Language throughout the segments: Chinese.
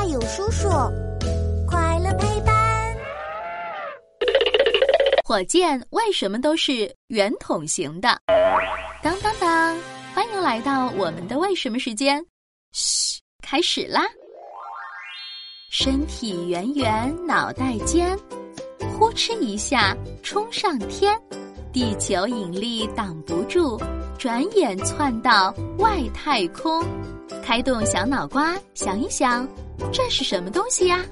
有叔叔，快乐陪伴。 火箭为什么都是圆筒形的？当当当，欢迎来到我们的为什么时间。嘘，开始啦！身体圆圆，脑袋尖，呼哧一下冲上天，地球引力挡不住，转眼窜到外太空。开动小脑瓜，想一想，这是什么东西呀？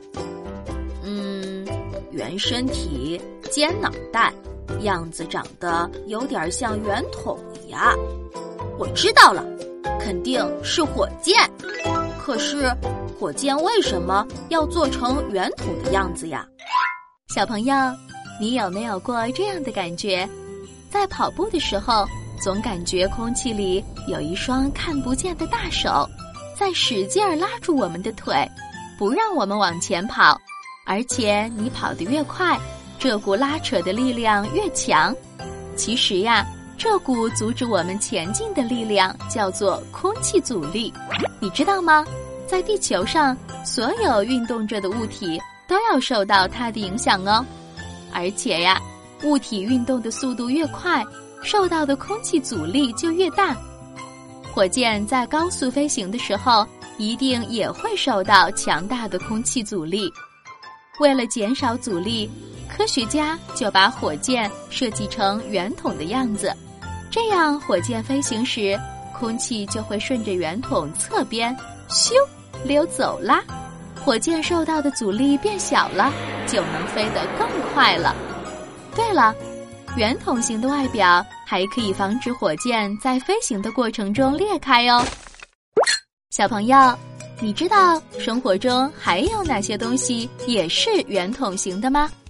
圆身体，尖脑袋，样子长得有点像圆筒呀。我知道了，肯定是火箭。可是火箭为什么要做成圆筒的样子呀？小朋友，你有没有过这样的感觉？在跑步的时候，总感觉空气里有一双看不见的大手，在使劲儿拉住我们的腿，不让我们往前跑。而且你跑得越快，这股拉扯的力量越强。其实呀，这股阻止我们前进的力量叫做空气阻力。你知道吗？在地球上，所有运动着的物体都要受到它的影响哦。而且呀，物体运动的速度越快，受到的空气阻力就越大。火箭在高速飞行的时候，一定也会受到强大的空气阻力。为了减少阻力，科学家就把火箭设计成圆筒的样子，这样火箭飞行时，空气就会顺着圆筒侧边咻溜走啦，火箭受到的阻力变小了，就能飞得更快了。对了，圆筒形的外表还可以防止火箭在飞行的过程中裂开哦。小朋友，你知道生活中还有哪些东西也是圆筒形的吗？